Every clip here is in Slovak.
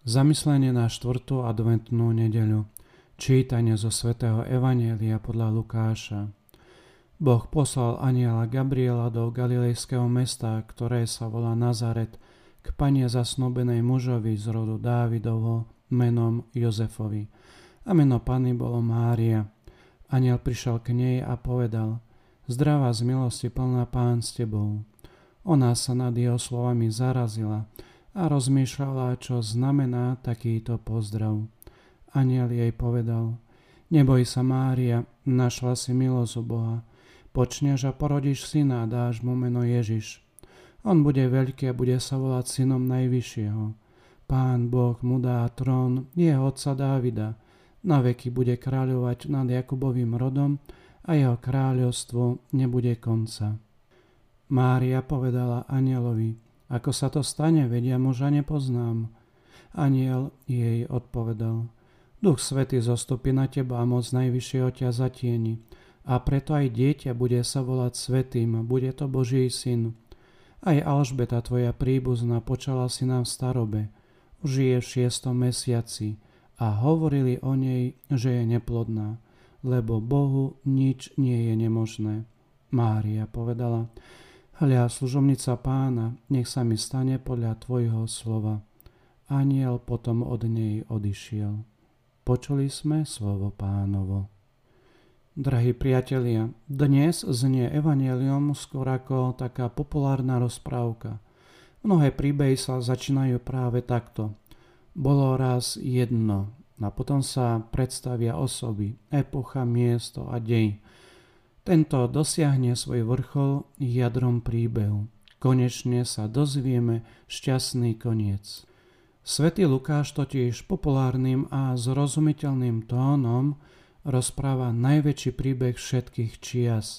Zamyslenie na 4. adventnú nedeľu. Čítanie zo svätého Evanjelia podľa Lukáša. Boh poslal anjela Gabriela do galilejského mesta, ktoré sa volá Nazaret, k panne zasnúbenej mužovi z rodu Dávidovho menom Jozefovi. A meno panny bolo Mária. Anjel prišiel k nej a povedal: Zdravá z milosti plná, Pán s tebou. Ona sa nad jeho slovami zarazila a rozmýšľala, čo znamená takýto pozdrav. Anjel jej povedal: Neboj sa, Mária, našla si milosť u Boha. Počneš a porodíš syna a dáš mu meno Ježiš. On bude veľký a bude sa volať synom Najvyššieho. Pán Boh mu dá trón jeho otca Dávida. Na veky bude kráľovať nad Jakubovým rodom a jeho kráľovstvu nebude konca. Mária povedala anjelovi: Ako sa to stane, veď ja muža nepoznám. Anjel jej odpovedal: Duch Svätý zostupí na teba a moc Najvyššieho ťa zatieni. A preto aj dieťa bude sa volať Svätým, bude to Boží syn. Aj Alžbeta, tvoja príbuzná, počala syna v starobe. Už je v 6. mesiaci a hovorili o nej, že je neplodná, lebo Bohu nič nie je nemožné. Mária povedala: Hľa, služobnica Pána, nech sa mi stane podľa tvojho slova. Anjel potom od nej odišiel. Počuli sme slovo Pánovo. Drahí priatelia, dnes znie evanjelium skôr ako taká populárna rozprávka. Mnohé príbehy sa začínajú práve takto. Bolo raz jedno, a potom sa predstavia osoby, epocha, miesto a dej. Tento dosiahne svoj vrchol jadrom príbehu. Konečne sa dozvieme šťastný koniec. Svätý Lukáš totiž populárnym a zrozumiteľným tónom rozpráva najväčší príbeh všetkých čias.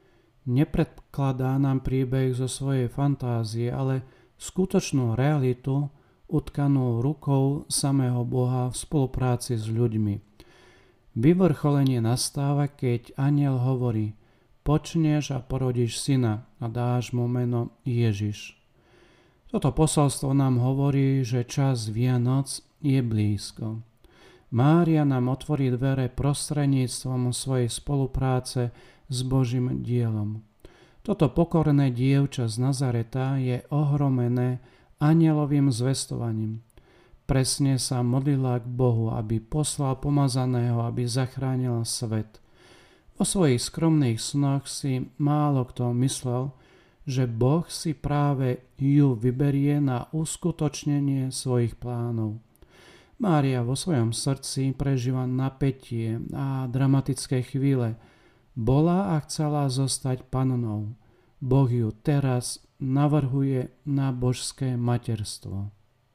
Nepredkladá nám príbeh zo svojej fantázie, ale skutočnú realitu utkanú rukou samého Boha v spolupráci s ľuďmi. Vyvrcholenie nastáva, keď anjel hovorí: Počneš a porodíš syna a dáš mu meno Ježiš. Toto posolstvo nám hovorí, že čas Vianoc je blízko. Mária nám otvorí dvere prostredníctvom svojej spolupráce s Božím dielom. Toto pokorné dievča z Nazareta je ohromené anjelovým zvestovaním. Presne sa modlila k Bohu, aby poslal pomazaného, aby zachránila svet. Vo svojich skromných snoch si málo kto myslel, že Boh si práve ju vyberie na uskutočnenie svojich plánov. Mária vo svojom srdci prežíva napätie a dramatické chvíle. Bola a chcela zostať pannou. Boh ju teraz navrhuje na božské materstvo.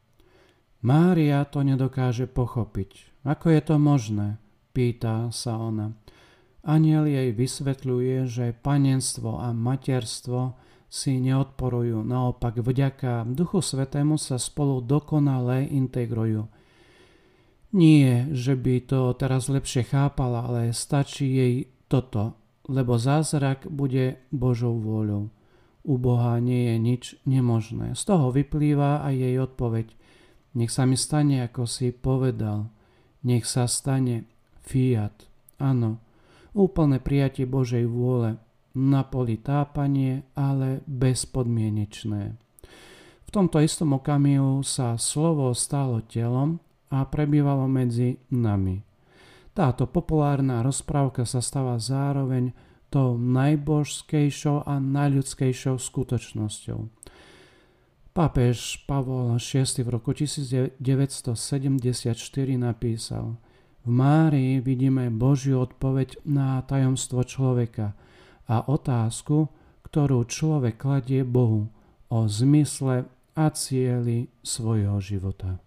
Mária to nedokáže pochopiť. Ako je to možné? Pýta sa ona. Anjel jej vysvetľuje, že panenstvo a materstvo si neodporujú. Naopak, vďaka Duchu Svätému sa spolu dokonale integrujú. Nie, že by to teraz lepšie chápala, ale stačí jej toto, lebo zázrak bude Božou vôľou. U Boha nie je nič nemožné. Z toho vyplýva aj jej odpoveď: Nech sa mi stane, ako si povedal. Nech sa stane fiat. Áno, úplné prijatie Božej vôle. Na poli tápanie, ale bezpodmienečné. V tomto istom okamihu sa slovo stalo telom a prebývalo medzi nami. Táto populárna rozprávka sa stáva zároveň tou najbožskejšou a najľudskejšou skutočnosťou. Pápež Pavol VI v roku 1974 napísal: V Márii vidíme Božiu odpoveď na tajomstvo človeka a otázku, ktorú človek kladie Bohu o zmysle a cieli svojho života.